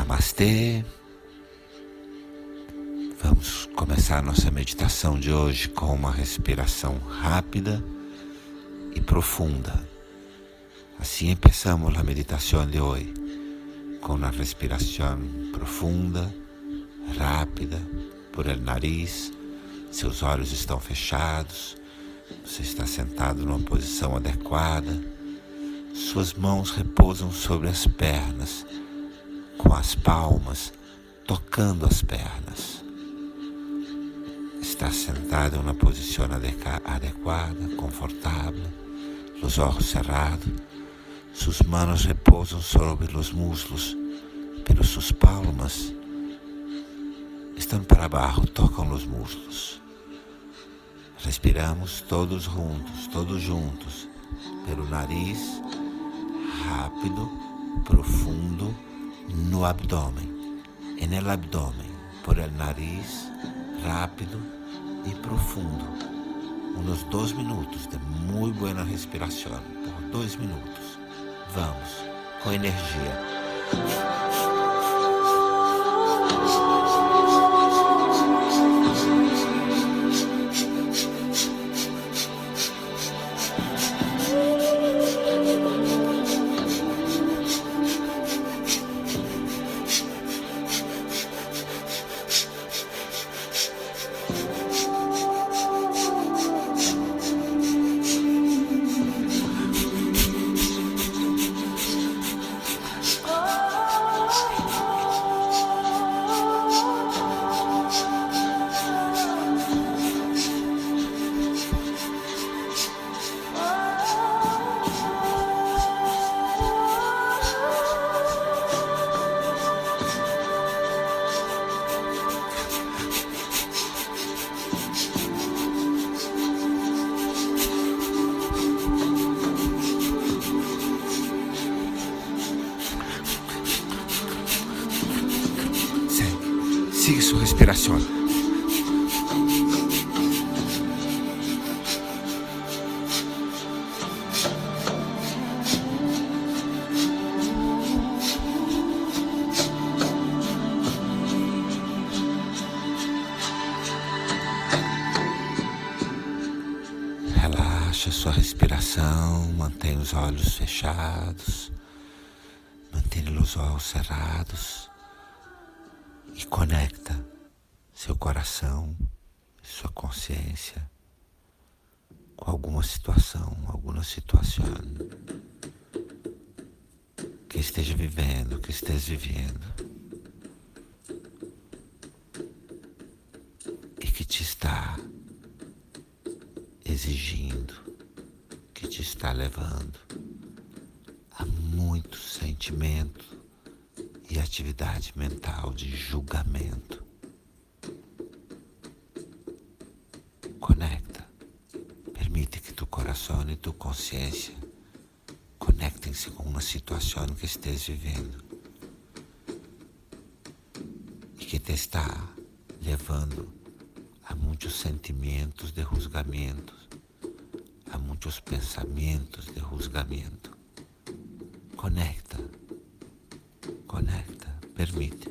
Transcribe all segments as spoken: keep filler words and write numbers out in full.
Namastê. Vamos começar nossa meditação de hoje com uma respiração rápida e profunda. Assim empezamos a meditação de hoje, com uma respiração profunda, rápida, por el nariz. Seus olhos estão fechados, você está sentado numa posição adequada, suas mãos repousam sobre as pernas, com as palmas tocando as pernas. Está sentado em uma posição adequada, confortável, os olhos cerrados, suas mãos repousam sobre os muslos, pero suas palmas estão para baixo, tocam os muslos. Respiramos todos juntos, todos juntos, pelo nariz, rápido, profundo, no abdômen, en el abdômen, por el nariz, rápido e profundo. Uns dois minutos de muito boa respiração, por dois minutos. Vamos, com energia. Siga sua respiração. Relaxa sua respiração, mantenha os olhos fechados, mantenha os olhos cerrados. E conecta seu coração, sua consciência com alguma situação, alguma situação que esteja vivendo, que esteja vivendo e que te está exigindo, que te está levando a muito sentimento e atividade mental de julgamento. Conecta, permite que tu coração e tu consciência conectem-se com uma situação que estés vivendo e que te está levando a muitos sentimentos de julgamento, a muitos pensamentos de julgamento. Conecta. Conecta, permite.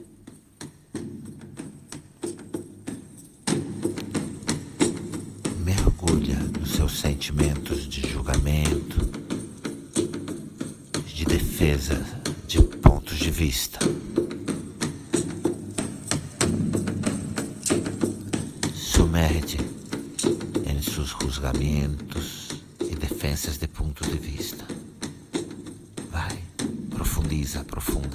Mergulha nos seus sentimentos de julgamento, de defesa de pontos de vista. Sumerge em seus julgamentos e defensas de pontos de vista. Vai, profundiza, aprofunda.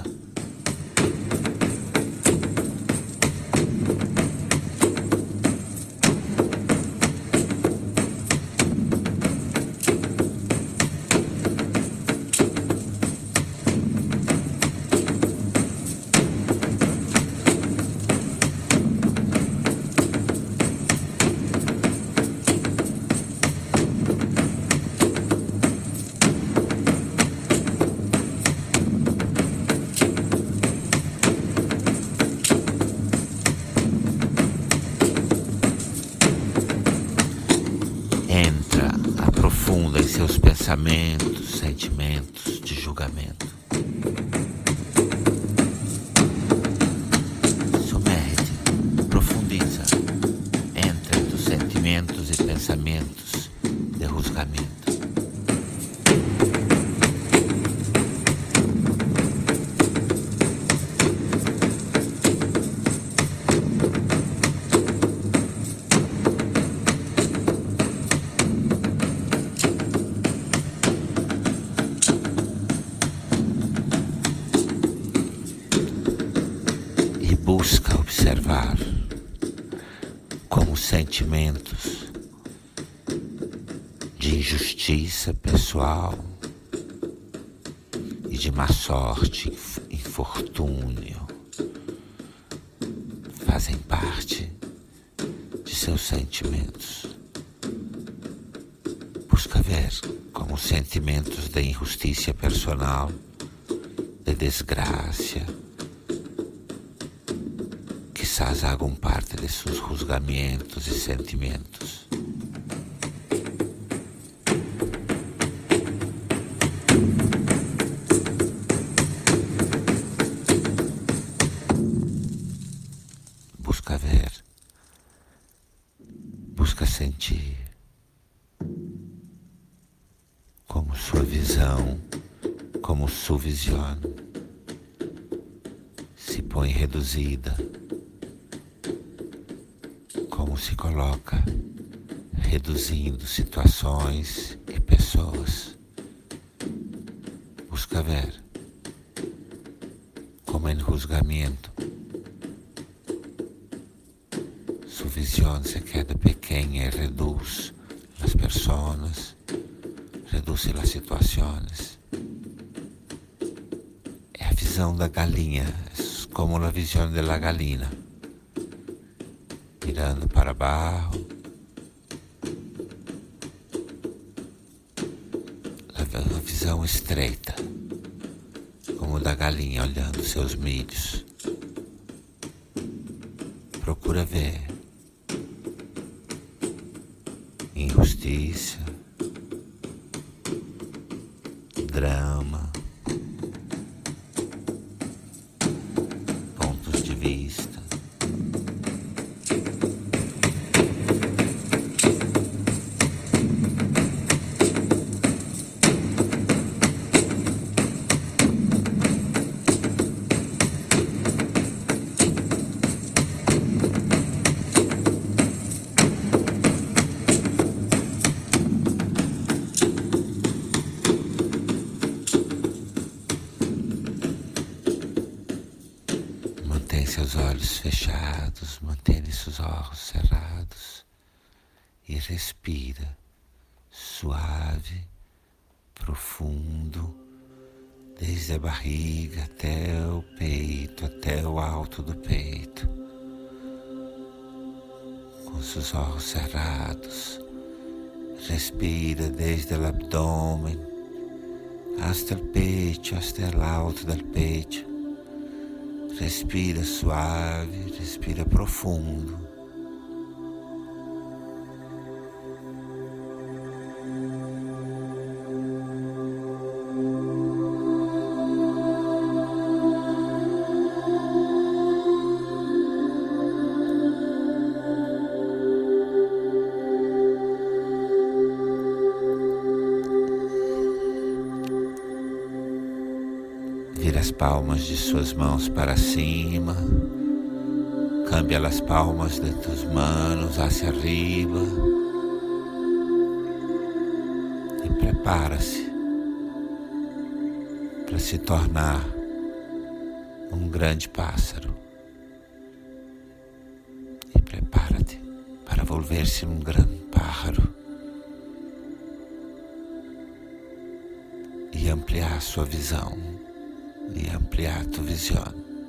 seus pensamentos, sentimentos de julgamento. julgamento. Busca observar como sentimentos de injustiça pessoal e de má sorte, infortúnio, fazem parte de seus sentimentos. Busca ver como sentimentos de injustiça personal, de desgraça, quizás hagam parte de seus julgamentos e sentimentos. Busca ver, busca sentir como sua visão, como sua visão se põe reduzida, como se coloca reduzindo situações e pessoas. Busca ver como em julgamento sua visão se queda pequena e reduz as pessoas, reduz as situações. É a visão da galinha, é como a visão da galinha, mirando para baixo, a visão estreita, como da galinha olhando seus milhos. Procura ver injustiça, drama, pontos de vista. Mantém seus olhos fechados, mantém seus olhos cerrados e respira suave, profundo, desde a barriga até o peito, até o alto do peito. Com seus olhos cerrados, respira desde o abdômen hasta o peito, hasta o alto do peito. Respira suave, respira profundo. Vira as palmas de suas mãos para cima, cambia as palmas de tus manos hacia arriba e prepara-se para se tornar um grande pássaro. E prepara-te para volver-se um grande pássaro e ampliar sua visão. E ampliar tua visão.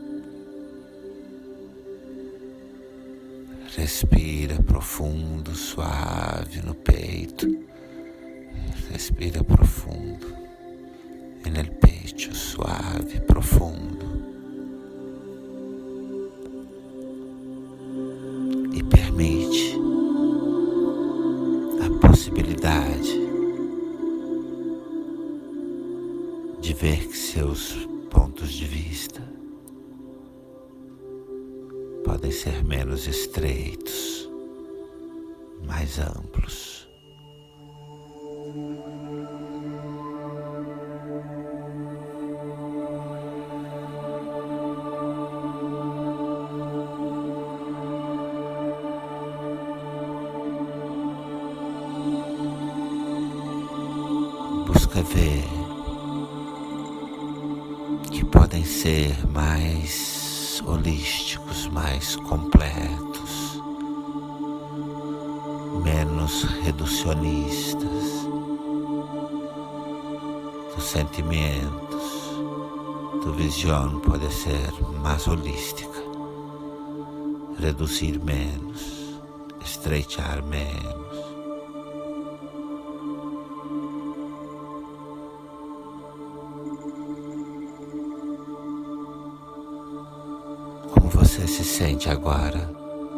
Respira profundo, suave no peito. Respira profundo. E no peito, suave, profundo. E permite a possibilidade de ver que seus pontos de vista podem ser menos estreitos, mais amplos. busca ver que podem ser mais holísticos, mais completos, menos reducionistas. Tus sentimentos, tu visão pode ser mais holística, reduzir menos, estreitar menos. Como você se sente agora?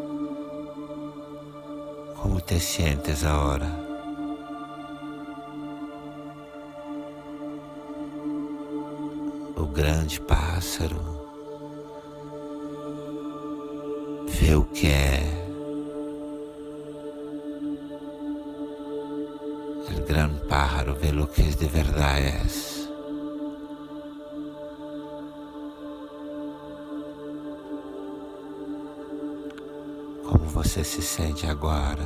Como te sientes agora? O grande pássaro vê o que é. O grande pájaro vê o que de verdade é. Como você se sente agora,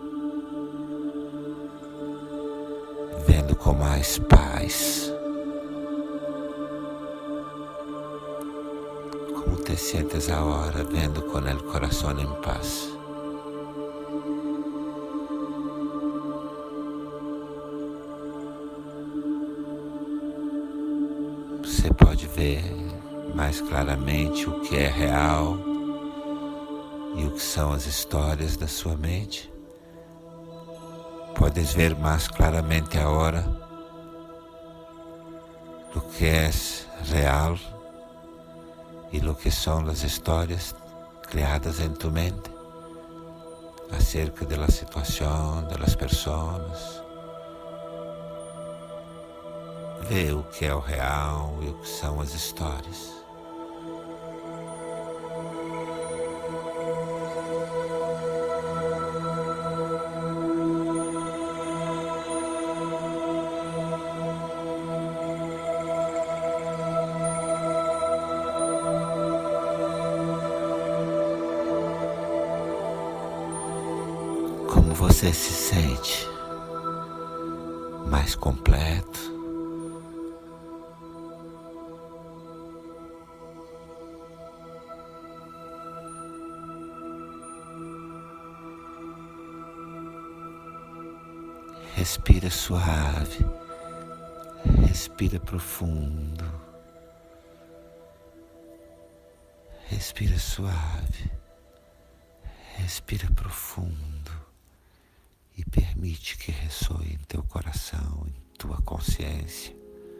vendo com mais paz? Como te sientes agora, vendo com o coração em paz? Você pode ver mais claramente o que é real e o que são as histórias da sua mente? Podes ver mais claramente agora o que é real e o que são as histórias criadas em tu mente acerca da situação, das pessoas. Vê o que é o real e o que são as histórias. Como você se sente mais completo? Respira suave, respira profundo, respira suave, respira profundo. E permite que ressoe em teu coração, em tua consciência.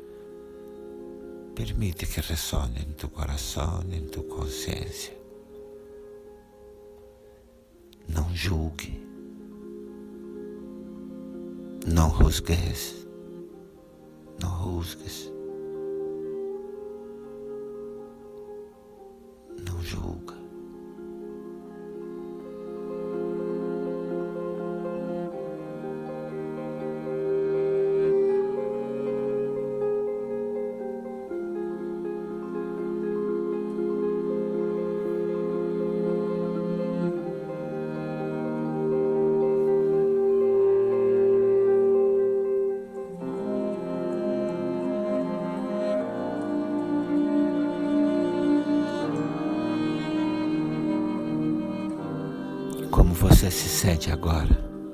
Permite que ressone em teu coração, em tua consciência. Não julgue. Não juzgues. Não juzgues. Não julga. Como você se sente agora?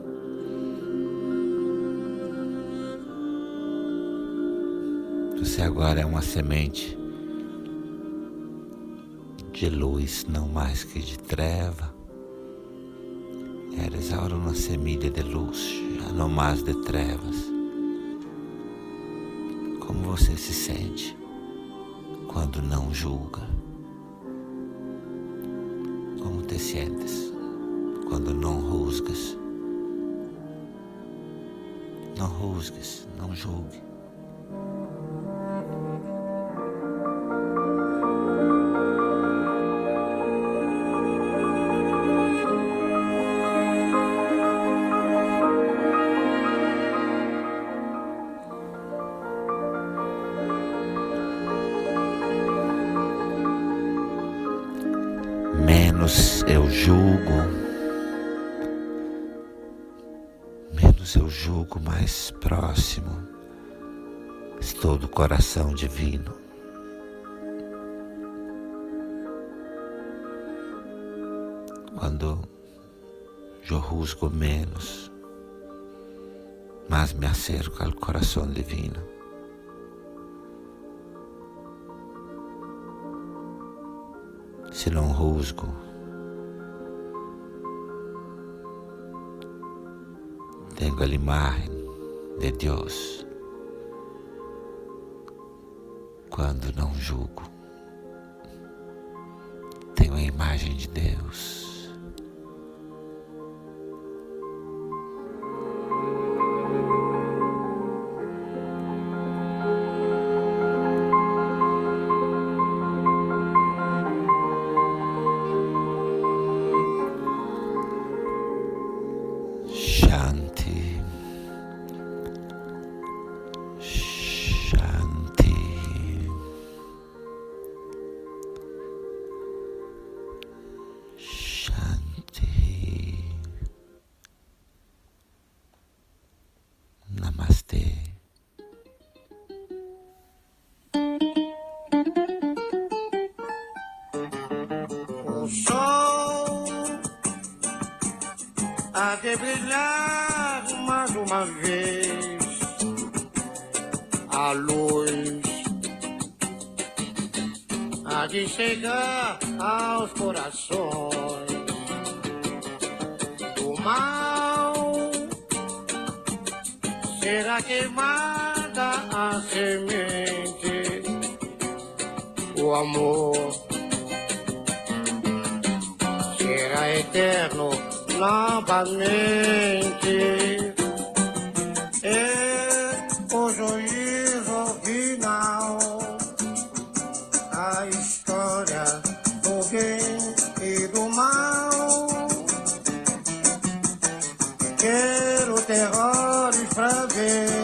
Você agora é uma semente de luz, não mais que de treva. Eres agora uma semilha de luz, já não mais de trevas. Como você se sente quando não julga? Como te sentes quando não juzgas? Não juzgues, não julgue. Menos eu julgo, menos eu julgo, mais próximo Estou do coração divino. Quando eu juzgo menos, mais me acerco ao coração divino. Se não juzgo, tenho a imagem de Deus. Quando não julgo, tenho a imagem de Deus. Shanti, Shanti, Shanti, Namastê. O sol há de brilhar mais uma vez, a luz há de chegar aos corações. O mal será queimada a semente, o amor será eterno novamente. É o juízo final, a história do bem e do mal. Quero terrores pra ver